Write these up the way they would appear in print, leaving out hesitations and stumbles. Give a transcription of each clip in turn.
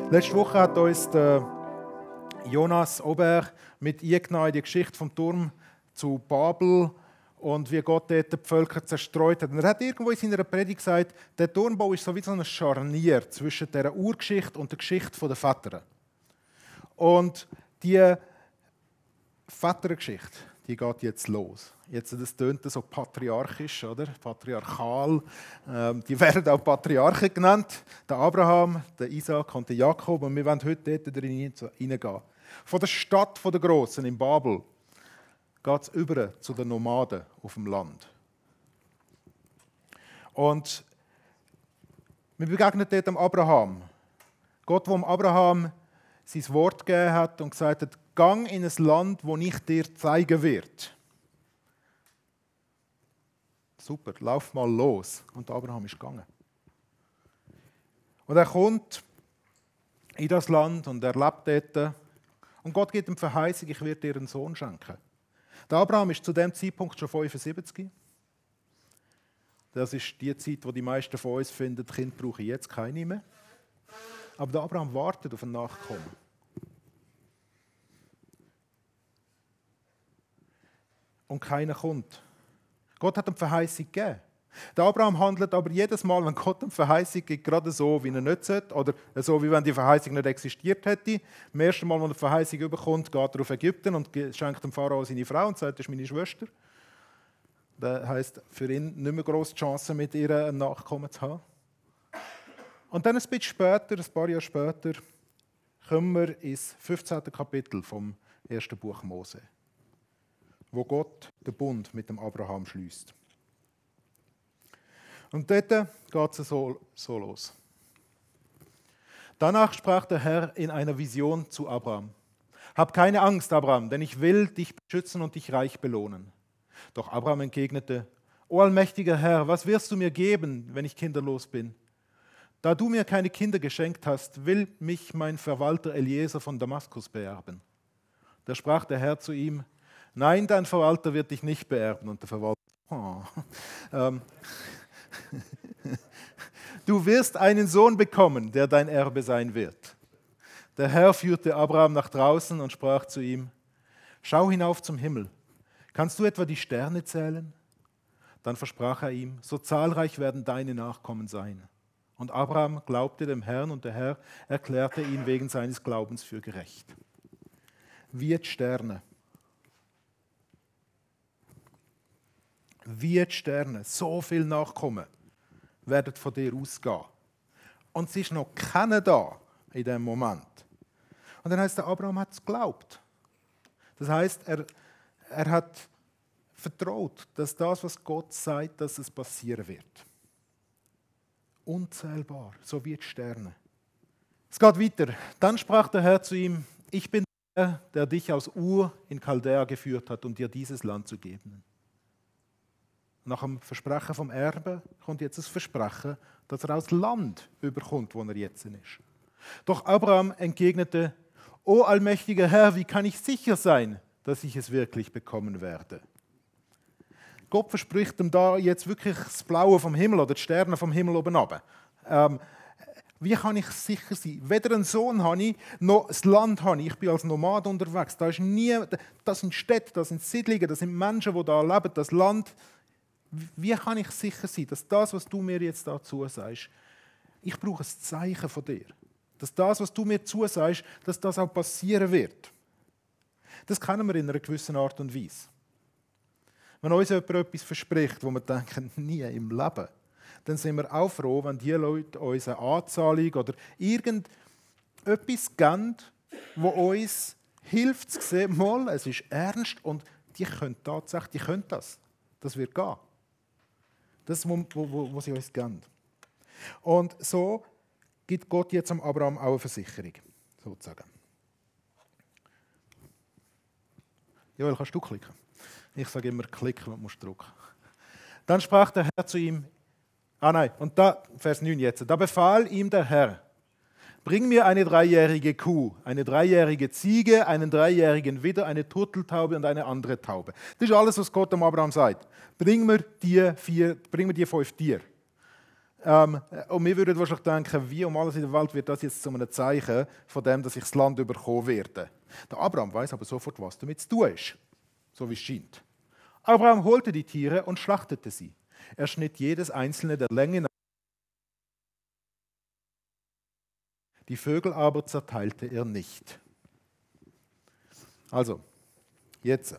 Letzte Woche hat uns der Jonas Ober mit eingenommen in die Geschichte vom Turm zu Babel und wie Gott dort die Völker zerstreut hat. Und er hat irgendwo in seiner Predigt gesagt, der Turmbau ist so wie so ein Scharnier zwischen der Urgeschichte und der Geschichte der Väter. Und die Vätergeschichte, die geht jetzt los. Jetzt, das tönt so patriarchisch, oder? Patriarchal. Die werden auch Patriarchen genannt. Der Abraham, der Isaac und der Jakob. Und wir wollen heute dort hineingehen. Von der Stadt der Grossen in Babel geht es über zu den Nomaden auf dem Land. Und wir begegnen dort dem Abraham. Gott, der Abraham sein Wort gegeben hat und gesagt hat, gang in ein Land, wo ich dir zeigen werde. Super, lauf mal los. Und Abraham ist gegangen. Und er kommt in das Land und er lebt dort. Und Gott gibt ihm die Verheißung, ich werde dir einen Sohn schenken. Der Abraham ist zu dem Zeitpunkt schon 75. Das ist die Zeit, wo die meisten von uns finden, Kind brauche ich jetzt keine mehr. Aber der Abraham wartet auf ein Nachkommen. Und keiner kommt. Gott hat ihm die Verheißung gegeben. Der Abraham handelt aber jedes Mal, wenn Gott ihm die Verheißung gibt, gerade so, wie er nicht sollte, oder so, wie wenn die Verheißung nicht existiert hätte. Am ersten Mal, wenn er die Verheißung bekommt, geht er auf Ägypten und schenkt dem Pharao seine Frau und sagt, das ist meine Schwester. Das heisst, für ihn nicht mehr grosse Chance, mit ihr einen Nachkommen zu haben. Und dann ein bisschen später, ein paar Jahre später, kommen wir ins 15. Kapitel vom ersten Buch Mose, wo Gott den Bund mit dem Abraham schließt. Und dort geht es so los. Danach sprach der Herr in einer Vision zu Abraham. Hab keine Angst, Abraham, denn ich will dich beschützen und dich reich belohnen. Doch Abraham entgegnete, O allmächtiger Herr, was wirst du mir geben, wenn ich kinderlos bin? Da du mir keine Kinder geschenkt hast, will mich mein Verwalter Eliezer von Damaskus beerben. Da sprach der Herr zu ihm, Nein, dein Verwalter wird dich nicht beerben. Und der Verwalter, du wirst einen Sohn bekommen, der dein Erbe sein wird. Der Herr führte Abraham nach draußen und sprach zu ihm, Schau hinauf zum Himmel. Kannst du etwa die Sterne zählen? Dann versprach er ihm, so zahlreich werden deine Nachkommen sein. Und Abraham glaubte dem Herrn und der Herr erklärte ihn wegen seines Glaubens für gerecht. Wie die Sterne. Wie die Sterne, so viel Nachkommen werden von dir ausgehen. Und es ist noch keiner da in dem Moment. Und dann heißt der Abraham hat es geglaubt. Das heißt, er hat vertraut, dass das, was Gott sagt, dass es passieren wird. Unzählbar, so wie die Sterne. Es geht weiter. Dann sprach der Herr zu ihm, ich bin der, der dich aus Ur in Chaldea geführt hat, um dir dieses Land zu geben. Nach dem Versprechen vom Erbe kommt jetzt das Versprechen, dass er aus Land überkommt, wo er jetzt ist. Doch Abraham entgegnete, O allmächtiger Herr, wie kann ich sicher sein, dass ich es wirklich bekommen werde? Gott verspricht ihm da jetzt wirklich das Blaue vom Himmel oder die Sterne vom Himmel oben runter. Wie kann ich sicher sein? Weder einen Sohn habe ich, noch das Land habe ich. Ich bin als Nomad unterwegs. Das sind Städte, das sind Siedlungen, das sind Menschen, die da leben. Das Land. Wie kann ich sicher sein, dass das, was du mir jetzt dazu sagst, ich brauche ein Zeichen von dir. Dass das, was du mir zusagst, dass das auch passieren wird. Das kennen wir in einer gewissen Art und Weise. Wenn uns jemand etwas verspricht, wo wir denken, nie im Leben, dann sind wir auch froh, wenn die Leute uns eine Anzahlung oder irgendetwas geben, wo uns hilft zu sehen, mal, es ist ernst und die können tatsächlich, die können das. Das wird gehen. Das ist, wo sie uns geben. Und so gibt Gott jetzt am Abraham auch eine Versicherung, sozusagen. Joel, kannst du klicken? Ich sage immer klicken und musst drücken. Dann sprach der Herr zu ihm, und da, Vers 9 jetzt, da befahl ihm der Herr, bring mir eine 3-jährige Kuh, eine 3-jährige Ziege, einen 3-jährigen Widder, eine Turteltaube und eine andere Taube. Das ist alles, was Gott dem Abraham sagt. Bring mir die 5 Tiere. Und wir würden wahrscheinlich denken, wie um alles in der Welt wird das jetzt zu einem Zeichen von dem, dass ich das Land überkommen werde. Der Abraham weiß aber sofort, was damit zu tun ist, so wie es scheint. Abraham holte die Tiere und schlachtete sie. Er schnitt jedes einzelne der Länge nach. Die Vögel aber zerteilte er nicht. Also, jetzt,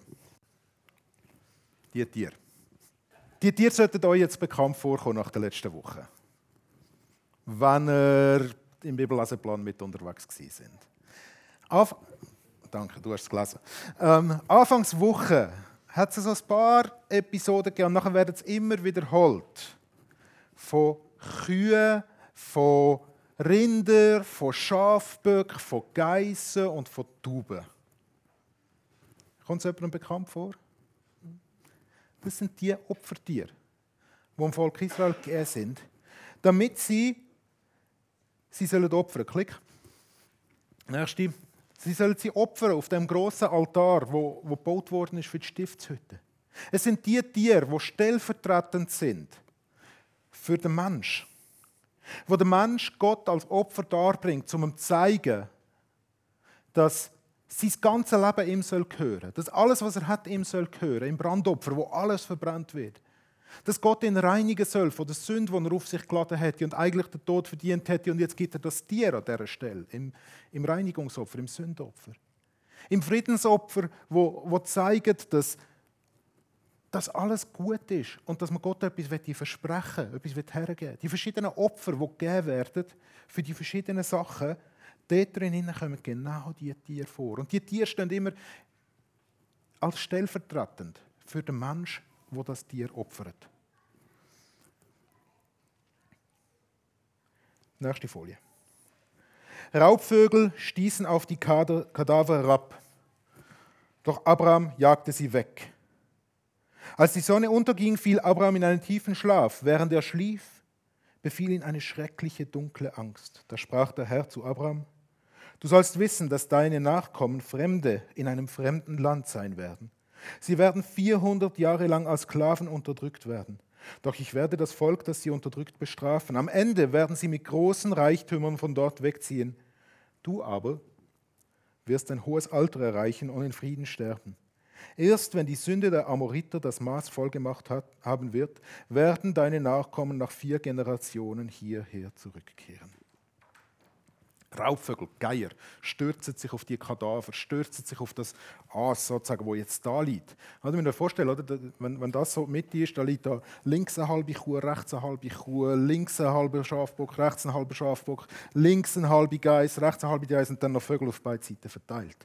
die Tiere. Die Tiere sollten euch jetzt bekannt vorkommen nach der letzten Woche, wenn ihr im Bibelleseplan mit unterwegs gewesen sind. Danke, du hast es gelesen. Anfangswoche hat es so ein paar Episoden gegeben und nachher werden es immer wiederholt. Von Kühen, von Rinder, von Schafböcken, von Geissen und von Tauben. Kommt es jemandem bekannt vor? Das sind die Opfertiere, die dem Volk Israel gegeben sind, damit sie sollen opfern. Klick. Nächste. Sie sollen sie opfern auf dem grossen Altar, wo gebaut worden ist für die Stiftshütte. Es sind die Tiere, die stellvertretend sind für den Mensch. Wo der Mensch Gott als Opfer darbringt, um ihm zu zeigen, dass sein ganzes Leben ihm gehören soll. Dass alles, was er hat, ihm gehören soll. Im Brandopfer, wo alles verbrannt wird. Dass Gott ihn reinigen soll von der Sünde, die er auf sich geladen hätte und eigentlich den Tod verdient hätte. Und jetzt gibt er das Tier an dieser Stelle, im Reinigungsopfer, im Sündopfer. Im Friedensopfer, wo zeigt, dass alles gut ist und dass man Gott etwas versprechen will, etwas hergeben will. Die verschiedenen Opfer, die gegeben werden für die verschiedenen Sachen, dort drinnen kommen genau diese Tiere vor. Und die Tiere stehen immer als stellvertretend für den Menschen, der das Tier opfert. Nächste Folie. Raubvögel stießen auf die Kadaver herab, doch Abraham jagte sie weg. Als die Sonne unterging, fiel Abraham in einen tiefen Schlaf. Während er schlief, befiel ihn eine schreckliche, dunkle Angst. Da sprach der Herr zu Abraham: Du sollst wissen, dass deine Nachkommen Fremde in einem fremden Land sein werden. Sie werden 400 Jahre lang als Sklaven unterdrückt werden. Doch ich werde das Volk, das sie unterdrückt, bestrafen. Am Ende werden sie mit großen Reichtümern von dort wegziehen. Du aber wirst ein hohes Alter erreichen und in Frieden sterben. Erst wenn die Sünde der Amoriter das Maß vollgemacht haben wird, werden deine Nachkommen nach 4 Generationen hierher zurückkehren. Raubvögel, Geier, stürzen sich auf die Kadaver, stürzen sich auf das Aas, sozusagen, wo jetzt da liegt. Also, wenn ihr euch vorstellt, oder? Wenn das so mit ist, da liegt da links eine halbe Kuh, rechts eine halbe Kuh, links ein halber Schafbock, rechts ein halber Schafbock, links ein halbe Geiss, rechts eine halbe Geiss und dann noch Vögel auf beiden Seiten verteilt.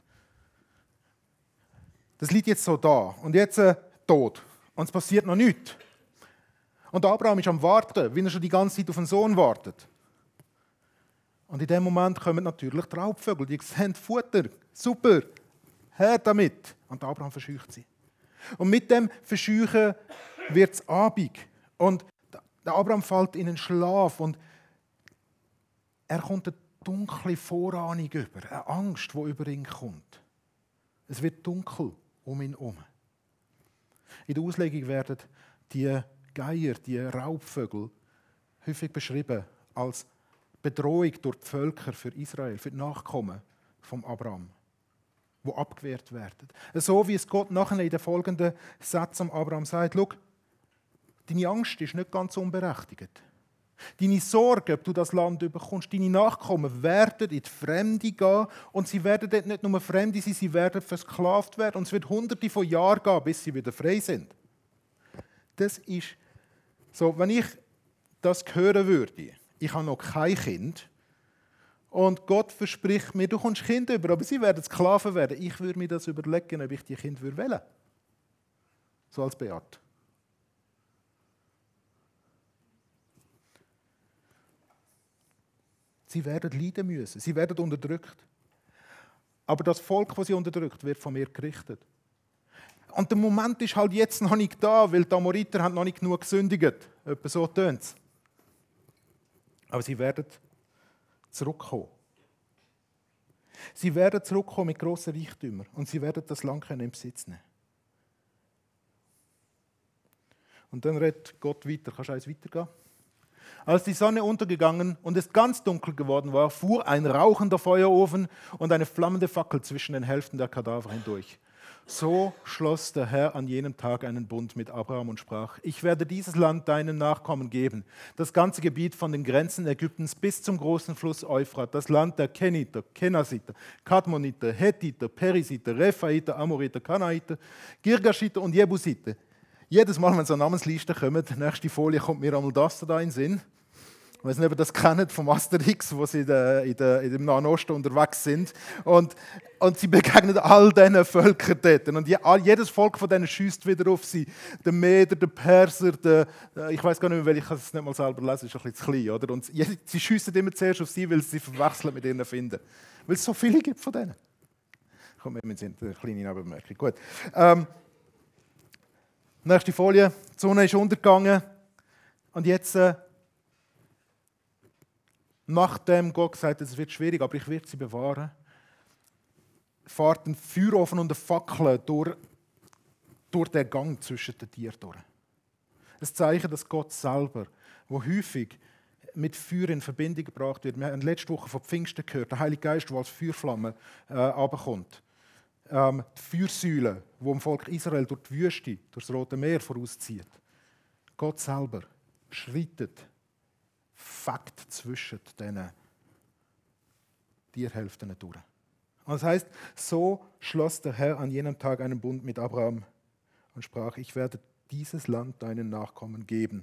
Das liegt jetzt so da und jetzt tot und es passiert noch nichts. Und Abraham ist am Warten, wie er schon die ganze Zeit auf den Sohn wartet. Und in dem Moment kommen natürlich die Raubvögel, die sehen Futter, super, her damit. Und Abraham verscheucht sie. Und mit dem Verscheuchen wird es Abend. Und der Abraham fällt in einen Schlaf und er kommt eine dunkle Vorahnung über, eine Angst, die über ihn kommt. Es wird dunkel um ihn herum. In der Auslegung werden die Geier, die Raubvögel, häufig beschrieben als Bedrohung durch die Völker für Israel, für die Nachkommen von Abraham, die abgewehrt werden. So wie es Gott nachher in den folgenden Sätzen Abraham sagt: Schau, deine Angst ist nicht ganz unberechtigt. Deine Sorge, ob du das Land bekommst, deine Nachkommen werden in die Fremde gehen und sie werden dort nicht nur Fremde sein, sie werden versklavt werden und es wird Hunderte von Jahren gehen, bis sie wieder frei sind. Das ist so, wenn ich das hören würde, ich habe noch kein Kind und Gott verspricht mir, du kommst Kinder über, aber sie werden Sklaven werden. Ich würde mir das überlegen, ob ich die Kinder wählen würde. So als Beat. Sie werden leiden müssen, sie werden unterdrückt. Aber das Volk, das sie unterdrückt, wird von mir gerichtet. Und der Moment ist halt jetzt noch nicht da, weil die Amoriter haben noch nicht genug gesündigt. Etwa so tönt es. Aber sie werden zurückkommen. Sie werden zurückkommen mit grossen Reichtümern und sie werden das Land in Besitz nehmen. Und dann redet Gott weiter. Kannst du eins weitergehen? Als die Sonne untergegangen und es ganz dunkel geworden war, fuhr ein rauchender Feuerofen und eine flammende Fackel zwischen den Hälften der Kadaver hindurch. So schloss der Herr an jenem Tag einen Bund mit Abraham und sprach: Ich werde dieses Land deinen Nachkommen geben, das ganze Gebiet von den Grenzen Ägyptens bis zum großen Fluss Euphrat, das Land der Keniter, Kenasiter, Kadmoniter, Hethiter, Perisiter, Rephaiter, Amoriter, Kanaiter, Girgashiter und Jebusiter. Jedes Mal, wenn so eine Namensliste kommt, die nächste Folie kommt mir einmal das da in den Sinn. Ich weiß nicht, ob ihr das kennt vom Asterix, wo sie im Nahen Osten unterwegs sind. Und sie begegnen all diesen Völkern dort. Und jedes Volk von denen schießt wieder auf sie. Der Meder, der Perser, ich weiß gar nicht mehr, weil ich es nicht mal selber lesen, ist ein bisschen zu klein. Oder? Und sie schiessen immer zuerst auf sie, weil sie verwechseln mit ihren Finden. Weil es so viele gibt von denen. Kommt mir in eine kleine Nebenbemerkung. Gut. Nächste Folie. Die Sonne ist untergegangen. Und jetzt... nachdem Gott gesagt hat, es wird schwierig, aber ich werde sie bewahren, fährt ein Feuerofen und eine Fackel durch den Gang zwischen den Tieren durch. Ein Zeichen, dass Gott selber, wo häufig mit Feuer in Verbindung gebracht wird. Wir haben letzte Woche von Pfingsten gehört, der Heilige Geist, der als Feuerflamme runterkommt. Die Feuersäule, die im Volk Israel durch die Wüste, durch das Rote Meer vorauszieht. Gott selber schreitet Fakt zwischen diesen Tierhälften durch. Und das heißt, so schloss der Herr an jenem Tag einen Bund mit Abraham und sprach: Ich werde dieses Land deinen Nachkommen geben.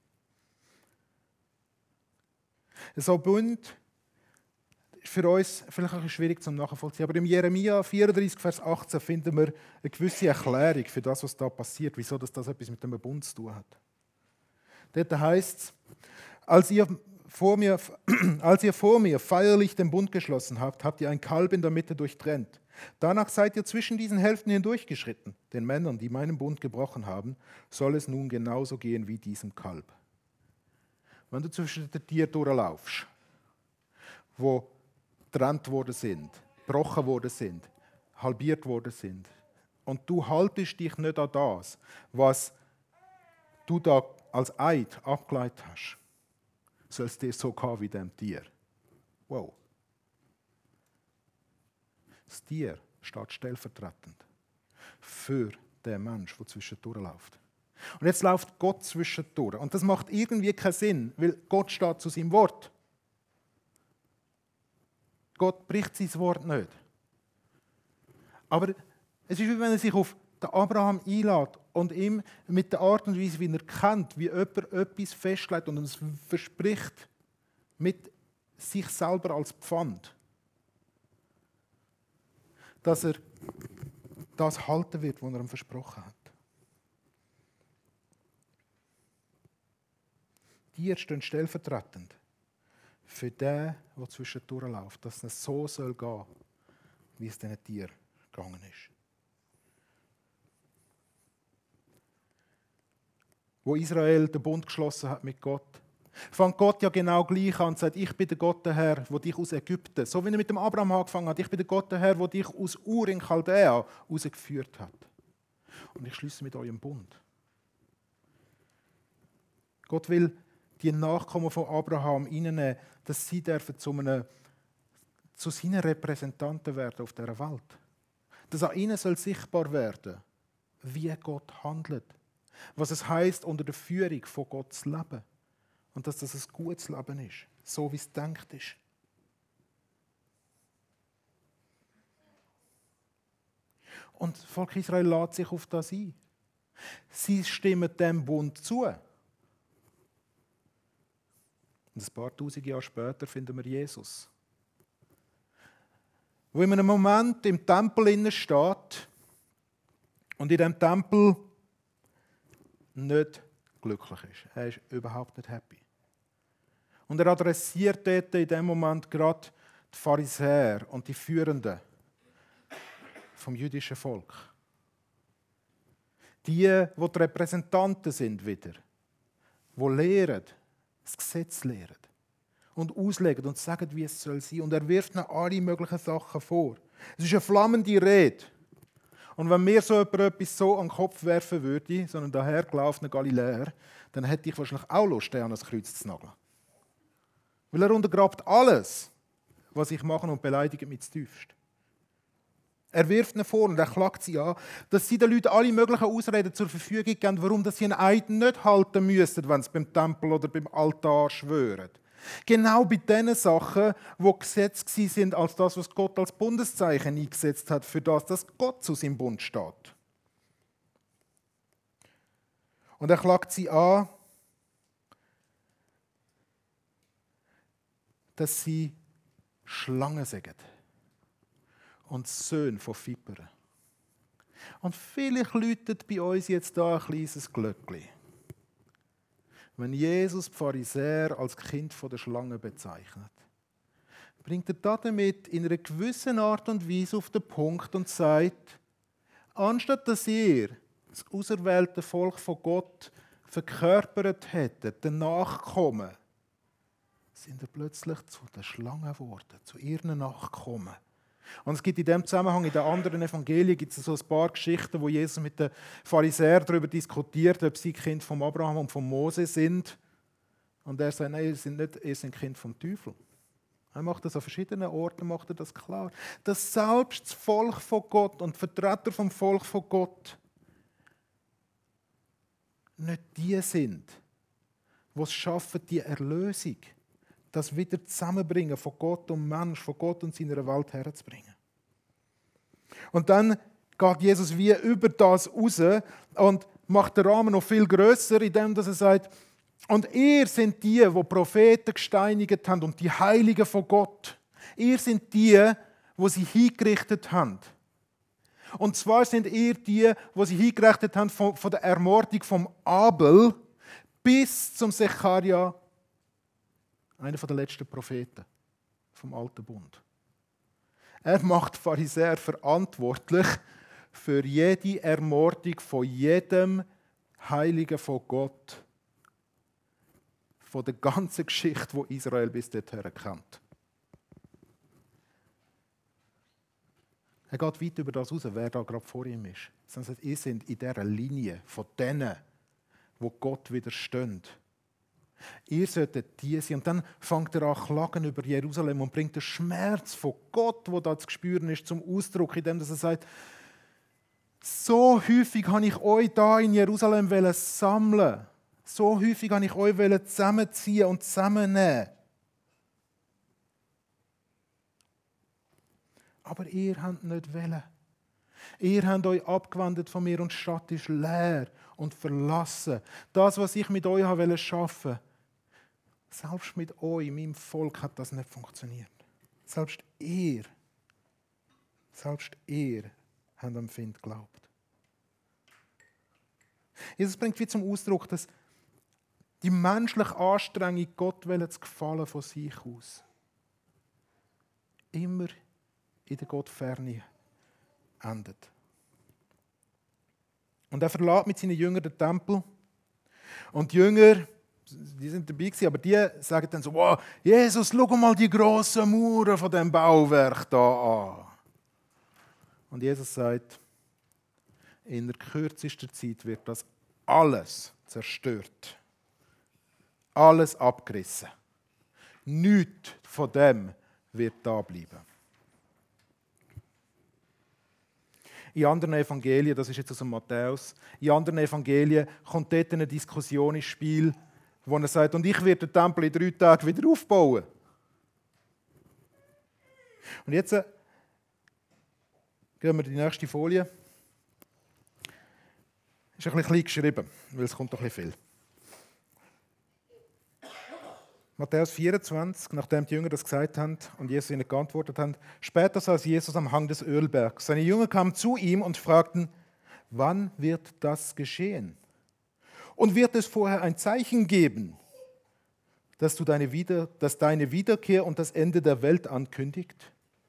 So ein Bund ist für uns vielleicht ein schwierig zum Nachvollziehen, aber im Jeremia 34, Vers 18 finden wir eine gewisse Erklärung für das, was da passiert, wieso das etwas mit dem Bund zu tun hat. Dort heißt es: Als ihr vor mir feierlich den Bund geschlossen habt, habt ihr ein Kalb in der Mitte durchtrennt. Danach seid ihr zwischen diesen Hälften hindurchgeschritten. Den Männern, die meinen Bund gebrochen haben, soll es nun genauso gehen wie diesem Kalb. Wenn du zwischen den Tieren durchlaufst, wo getrennt worden sind, gebrochen worden sind, halbiert worden sind, und du haltest dich nicht an das, was du da als Eid abgeleitet hast, soll es dir so gehen wie dem Tier. Wow. Das Tier steht stellvertretend für den Mensch, der zwischendurch läuft. Und jetzt läuft Gott zwischendurch. Und das macht irgendwie keinen Sinn, weil Gott steht zu seinem Wort. Gott bricht sein Wort nicht. Aber es ist wie wenn er sich auf den Abraham einlädt und ihm mit der Art und Weise, wie er kennt, wie jemand etwas festlegt und uns verspricht, mit sich selber als Pfand, dass er das halten wird, was er ihm versprochen hat. Die stehen stellvertretend für den, der zwischendurch läuft, dass es so soll gehen, wie es diesen Tieren gegangen ist. Wo Israel den Bund geschlossen hat mit Gott, fängt Gott ja genau gleich an und sagt: Ich bin der Gott, der Herr, der dich aus Ägypten, so wie er mit dem Abraham angefangen hat, ich bin der Gott, der Herr, der dich aus Ur in Chaldea rausgeführt hat. Und ich schließe mit eurem Bund. Gott will die Nachkommen von Abraham reinnehmen, dass sie dürfen zu seinen Repräsentanten werden auf dieser Welt. Dass an ihnen soll sichtbar werden, wie Gott handelt. Was es heisst, unter der Führung von Gott zu leben. Und dass das ein gutes Leben ist, so wie es gedacht ist. Und das Volk Israel lädt sich auf das ein. Sie stimmen dem Bund zu. Und ein paar tausend Jahre später finden wir Jesus. Wo in einem Moment im Tempel innen steht und in diesem Tempel nicht glücklich ist. Er ist überhaupt nicht happy. Und er adressiert dort in dem Moment gerade die Pharisäer und die Führenden vom jüdischen Volk. Die Repräsentanten sind wieder, die lehren, das Gesetz lehren und auslegen und sagen, wie es soll sein. Und er wirft ihnen alle möglichen Sachen vor. Es ist eine flammende Rede. Und wenn mir so jemand etwas so an den Kopf werfen würde, so einen dahergelaufenen Galiläer, dann hätte ich wahrscheinlich auch Lust, den an das Kreuz zu nageln. Weil er untergrabt alles, was ich mache, und beleidigt mich zutiefst. Er wirft ihnen vor und er klagt sie an, dass sie den Leuten alle möglichen Ausreden zur Verfügung geben, warum sie einen Eid nicht halten müssen, wenn sie beim Tempel oder beim Altar schwören. Genau bei den Sachen, die gesetzt sind als das, was Gott als Bundeszeichen eingesetzt hat, für das, dass Gott zu seinem Bund steht. Und er klagt sie an, dass sie Schlangen sind und Söhne von Vipern. Und vielleicht läutet bei uns jetzt da ein kleines Glöckchen. Wenn Jesus die Pharisäer als Kind der Schlange bezeichnet, bringt er damit in einer gewissen Art und Weise auf den Punkt und sagt, anstatt dass ihr das auserwählte Volk von Gott verkörpert hättet, den Nachkommen, sind ihr plötzlich zu den Schlangen geworden, zu ihren Nachkommen. Und es gibt in diesem Zusammenhang, in den anderen Evangelien, gibt es so ein paar Geschichten, wo Jesus mit den Pharisäern darüber diskutiert, ob sie Kind von Abraham und von Mose sind. Und er sagt, nein, ihr seid Kind vom Teufel. Er macht das an verschiedenen Orten, macht er das klar. Dass selbst das Volk von Gott und die Vertreter vom Volk von Gott nicht die sind, die es schaffen, die Erlösung, das wieder zusammenbringen von Gott und Mensch, von Gott und seiner Welt herzubringen. Und dann geht Jesus wie über das raus und macht den Rahmen noch viel grösser, indem er sagt, und ihr seid die Propheten gesteinigt haben und die Heiligen von Gott. Ihr seid die sie hingerichtet haben. Und zwar sind ihr die sie hingerichtet haben von der Ermordung von Abel bis zum Secharia, einer der letzten Propheten vom Alten Bund. Er macht die Pharisäer verantwortlich für jede Ermordung von jedem Heiligen von Gott, von der ganzen Geschichte, die Israel bis dorthin kennt. Er geht weit über das raus, wer da gerade vor ihm ist. Er sagt, ihr seid in dieser Linie von denen, wo Gott widersteht. Ihr solltet die sein. Und dann fängt er an zu klagen über Jerusalem und bringt den Schmerz von Gott, der da zu spüren ist, zum Ausdruck, indem er sagt, so häufig habe ich euch da in Jerusalem sammeln. So häufig habe ich euch zusammenziehen und zusammennehmen. Aber ihr habt nicht wollen. Ihr habt euch abgewendet von mir und die Stadt ist leer und verlassen. Das, was ich mit euch schaffen wollte, selbst mit euch, meinem Volk, hat das nicht funktioniert. Selbst ihr habt am Find geglaubt. Jesus bringt wie zum Ausdruck, dass die menschliche Anstrengung, Gott zu gefallen von sich aus, immer in der Gottferne endet. Und er verlässt mit seinen Jüngern den Tempel. Und die Jünger, die sind dabei gewesen, aber die sagen dann so, wow, Jesus, schau mal die grossen Mauern von dem Bauwerk da an. Und Jesus sagt, in der kürzesten Zeit wird das alles zerstört. Alles abgerissen. Nichts von dem wird da bleiben. In anderen Evangelien, das ist jetzt aus dem Matthäus, in anderen Evangelien kommt dort eine Diskussion ins Spiel, wo er sagt, und ich werde den Tempel in 3 Tagen wieder aufbauen. Und jetzt gehen wir in die nächste Folie. Ist ein bisschen klein geschrieben, weil es kommt doch ein bisschen viel. Matthäus 24, nachdem die Jünger das gesagt haben und Jesus ihnen geantwortet hat, später saß Jesus am Hang des Ölbergs. Seine Jünger kamen zu ihm und fragten, wann wird das geschehen? Und wird es vorher ein Zeichen geben, dass deine Wiederkehr und das Ende der Welt ankündigt?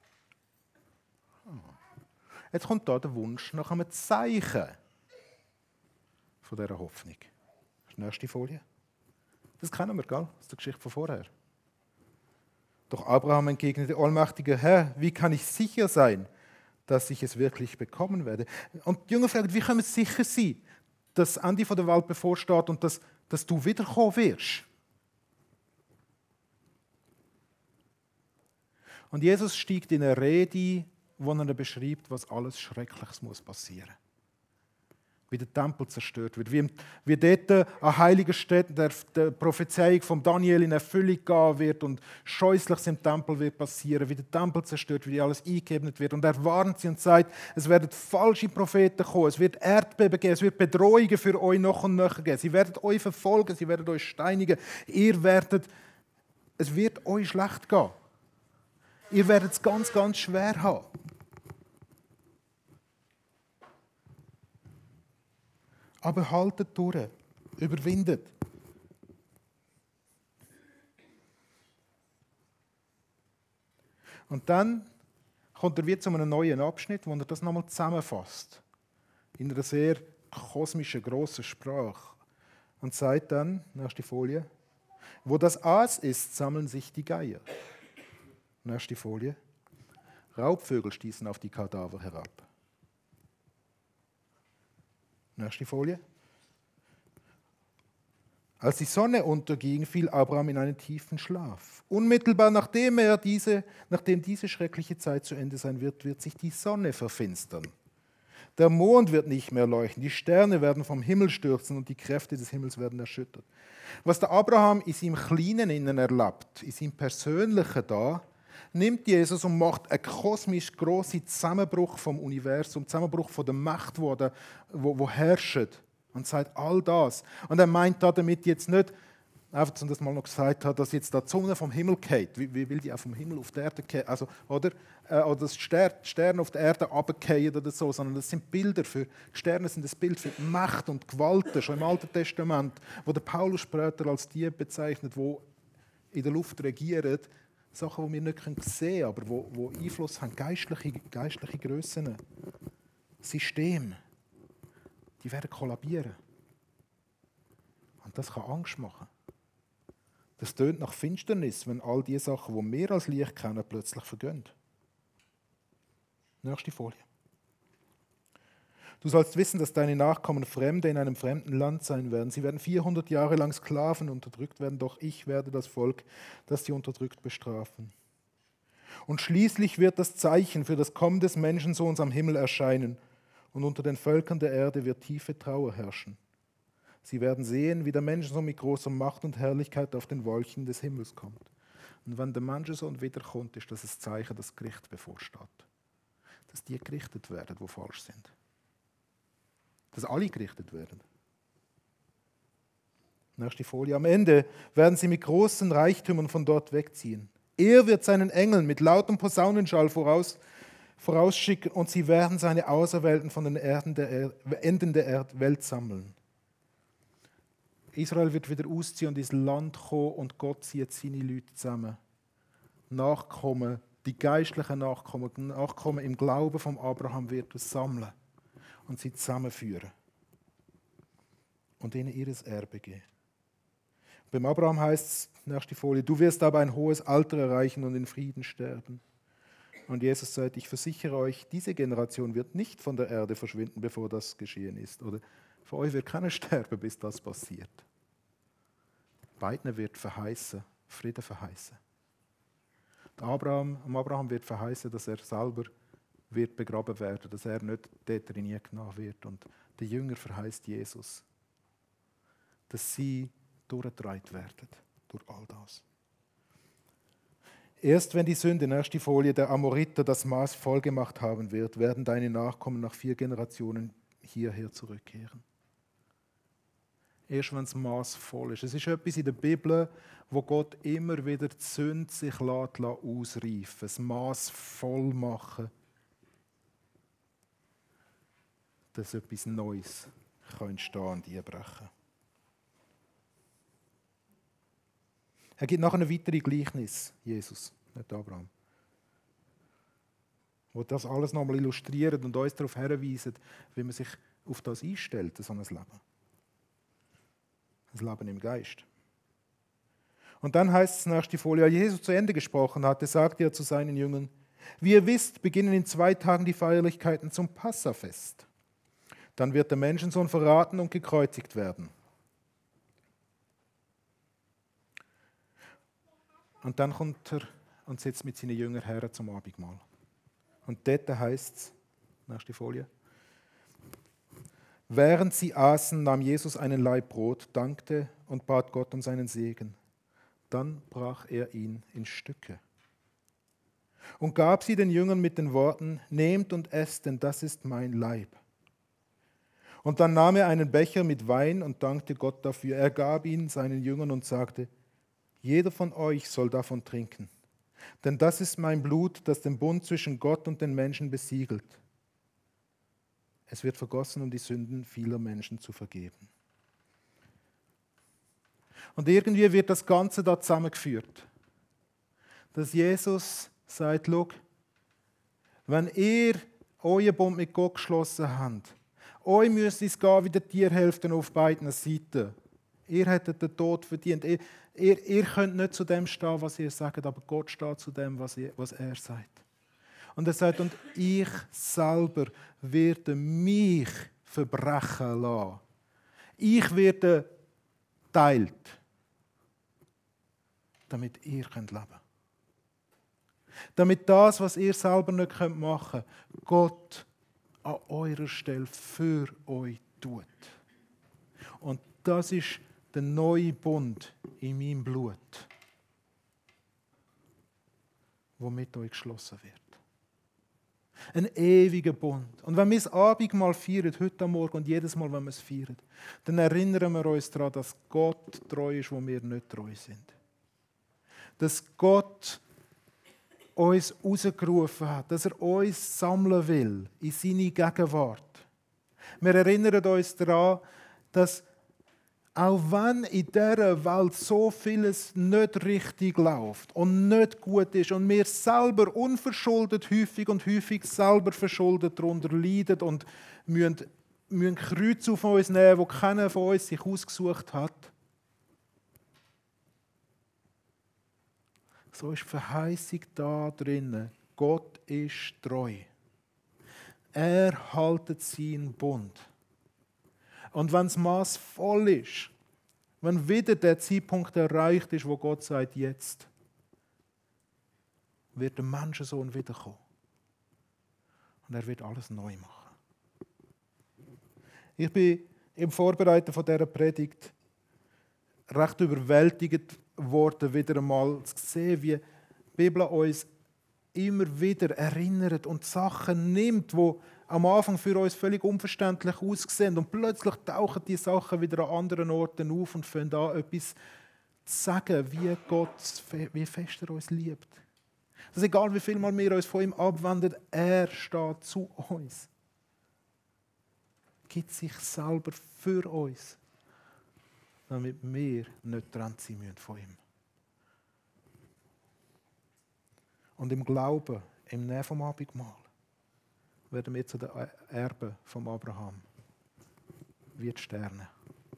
Jetzt kommt da der Wunsch nach einem Zeichen von dieser Hoffnung. Das ist die nächste Folie. Das kennen wir, gell? Das ist die Geschichte von vorher. Doch Abraham entgegnete, allmächtiger Herr, wie kann ich sicher sein, dass ich es wirklich bekommen werde. Und die Jünger fragen, wie können wir sicher sein, dass das Ende der Welt bevorsteht und dass du wiederkommen wirst? Und Jesus steigt in eine Rede, wo er beschreibt, was alles Schreckliches muss passieren. Wie der Tempel zerstört wird, wie dort an heiliger Stätte der Prophezeiung von Daniel in Erfüllung gehen wird und Scheußliches im Tempel wird passieren, wie der Tempel zerstört, wie alles eingeebnet wird. Und er warnt sie und sagt, es werden falsche Propheten kommen, es wird Erdbeben geben, es wird Bedrohungen für euch noch und nöcher geben. Sie werden euch verfolgen, sie werden euch steinigen. Es wird euch schlecht gehen. Ihr werdet es ganz, ganz schwer haben. Aber haltet durch, überwindet. Und dann kommt er wieder zu einem neuen Abschnitt, wo er das nochmal zusammenfasst. In einer sehr kosmischen, grossen Sprache. Und sagt dann, nächste Folie, wo das Aas ist, sammeln sich die Geier. Nächste Folie. Raubvögel stießen auf die Kadaver herab. Nächste Folie. Als die Sonne unterging, fiel Abraham in einen tiefen Schlaf. Unmittelbar nachdem diese schreckliche Zeit zu Ende sein wird, wird sich die Sonne verfinstern. Der Mond wird nicht mehr leuchten, die Sterne werden vom Himmel stürzen und die Kräfte des Himmels werden erschüttert. Was der Abraham in seinem Kleinen innen erlebt, in seinem Persönlichen da, nimmt Jesus und macht einen kosmisch grossen Zusammenbruch vom Universum, Zusammenbruch von der Macht, wo herrscht. Und sagt all das. Und er meint damit jetzt nicht, einfach, dass er das mal noch gesagt hat, dass jetzt da die Sonne vom Himmel geht. Wie will die auch vom Himmel auf die Erde gehen? Also, oder dass die Sterne auf die Erde runterfallen oder so, sondern das sind Bilder für, die Sterne sind ein Bild für die Macht und Gewalt, schon im Alten Testament, wo der Paulus später als die bezeichnet, wo in der Luft regieren, Sachen, die wir nicht sehen können, aber wo Einfluss haben, geistliche Grössen, Systeme, die werden kollabieren. Und das kann Angst machen. Das tönt nach Finsternis, wenn all die Sachen, die wir als Licht kennen, plötzlich vergehen. Nächste Folie. Du sollst wissen, dass deine Nachkommen Fremde in einem fremden Land sein werden. Sie werden 400 Jahre lang Sklaven unterdrückt werden, doch ich werde das Volk, das sie unterdrückt, bestrafen. Und schließlich wird das Zeichen für das Kommen des Menschensohns am Himmel erscheinen, und unter den Völkern der Erde wird tiefe Trauer herrschen. Sie werden sehen, wie der Menschensohn mit großer Macht und Herrlichkeit auf den Wolken des Himmels kommt. Und wenn der Menschensohn wiederkommt, ist das ein Zeichen, dass Gericht bevorsteht. Dass die gerichtet werden, die falsch sind. Dass alle gerichtet werden. Nächste Folie. Am Ende werden sie mit großen Reichtümern von dort wegziehen. Er wird seinen Engeln mit lautem Posaunenschall vorausschicken und sie werden seine Auserwählten von den Enden der Welt sammeln. Israel wird wieder ausziehen und ins Land kommen und Gott zieht seine Leute zusammen. Nachkommen, die geistlichen Nachkommen im Glauben von Abraham wird er sammeln und sie zusammenführen und ihnen ihr Erbe geben. Beim Abraham heißt es, nächste Folie, du wirst aber ein hohes Alter erreichen und in Frieden sterben. Und Jesus sagt, ich versichere euch, diese Generation wird nicht von der Erde verschwinden, bevor das geschehen ist. Oder für euch wird keiner sterben, bis das passiert. Beiden wird verheißen, Frieden verheißen. Am Abraham wird verheißen, dass er selber wird begraben werden, dass er nicht dort nie genommen wird. Und der Jünger verheißt Jesus, dass sie durchgetragen werden durch all das. Erst wenn die Sünde, nächste Folie, der Amoriter das Maß vollgemacht haben wird, werden deine Nachkommen nach 4 Generationen hierher zurückkehren. Erst wenn das Maß voll ist. Es ist etwas in der Bibel, wo Gott immer wieder die Sünde sich ausreifen, das Maß voll machen, dass etwas Neues entstehen und einbrechen. Er gibt nachher eine weitere Gleichnis, Jesus, nicht Abraham, wo das alles nochmal illustriert und uns darauf hinweisen, wie man sich auf das einstellt, so ein Leben. Ein Leben im Geist. Und dann heißt es, nächste Folie, als Jesus zu Ende gesprochen hatte, sagte er zu seinen Jüngern, Wie ihr wisst, beginnen in 2 Tagen die Feierlichkeiten zum Passafest. Dann wird der Menschensohn verraten und gekreuzigt werden. Und dann kommt er und sitzt mit seinen Jüngern her zum Abendmahl. Und dort heißt es, nächste Folie, während sie aßen, nahm Jesus einen Laib Brot, dankte und bat Gott um seinen Segen. Dann brach er ihn in Stücke und gab sie den Jüngern mit den Worten, nehmt und esst, denn das ist mein Leib. Und dann nahm er einen Becher mit Wein und dankte Gott dafür. Er gab ihn seinen Jüngern und sagte, jeder von euch soll davon trinken, denn das ist mein Blut, das den Bund zwischen Gott und den Menschen besiegelt. Es wird vergossen, um die Sünden vieler Menschen zu vergeben. Und irgendwie wird das Ganze da zusammengeführt, dass Jesus sagt, schau, wenn ihr euren Bund mit Gott geschlossen habt, euch müsst es gehen wie die Tierhälften auf beiden Seiten. Ihr hättet den Tod verdient. Ihr könnt nicht zu dem stehen, was ihr sagt, aber Gott steht zu dem, was er sagt. Und er sagt, und ich selber werde mich verbrechen lassen. Ich werde teilt, damit ihr leben könnt. Damit das, was ihr selber nicht machen könnt, Gott an eurer Stelle für euch tut. Und das ist der neue Bund in meinem Blut, der mit euch geschlossen wird. Ein ewiger Bund. Und wenn wir das Abendmahl feiern, heute am Morgen und jedes Mal, wenn wir es feiern, dann erinnern wir uns daran, dass Gott treu ist, wo wir nicht treu sind. Dass Gott uns rausgerufen hat, dass er uns sammeln will in seine Gegenwart. Wir erinnern uns daran, dass auch wenn in dieser Welt so vieles nicht richtig läuft und nicht gut ist und wir selber unverschuldet häufig selber verschuldet darunter leiden und müssen Kreuze auf uns nehmen, die keiner von uns sich ausgesucht hat, so ist die Verheißung da drinnen. Gott ist treu. Er hält seinen Bund. Und wenn das Maß voll ist, wenn wieder der Zeitpunkt erreicht ist, wo Gott sagt, jetzt wird der Menschensohn wiederkommen. Und er wird alles neu machen. Ich bin im Vorbereiten von dieser Predigt recht überwältigt worden, wieder einmal zu sehen, wie die Bibel uns immer wieder erinnert und Sachen nimmt, die am Anfang für uns völlig unverständlich aussehen. Und plötzlich tauchen die Sachen wieder an anderen Orten auf und fangen an, etwas zu sagen, wie fest er uns liebt. Dass egal wie viel Mal wir uns von ihm abwenden, er steht zu uns. Gibt sich selber für uns, damit wir nicht getrennt sein müssen von ihm. Und im Glauben, im Nähe vom Abendmahl, werden wir zu den Erben von Abraham, wie die Sterne.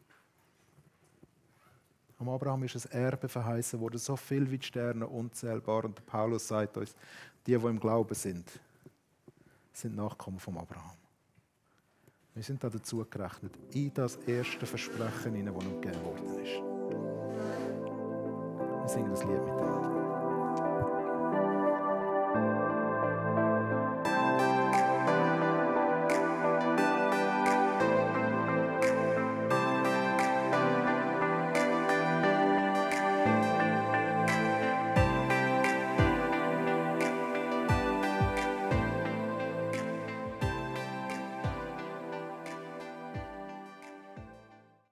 Am Abraham ist ein Erbe verheißen worden, so viel wie die Sterne, unzählbar. Und Paulus sagt uns, die im Glauben sind Nachkommen von Abraham. Wir sind da dazu gerechnet, in das erste Versprechen, das uns gegeben worden ist. Wir singen das Lied miteinander.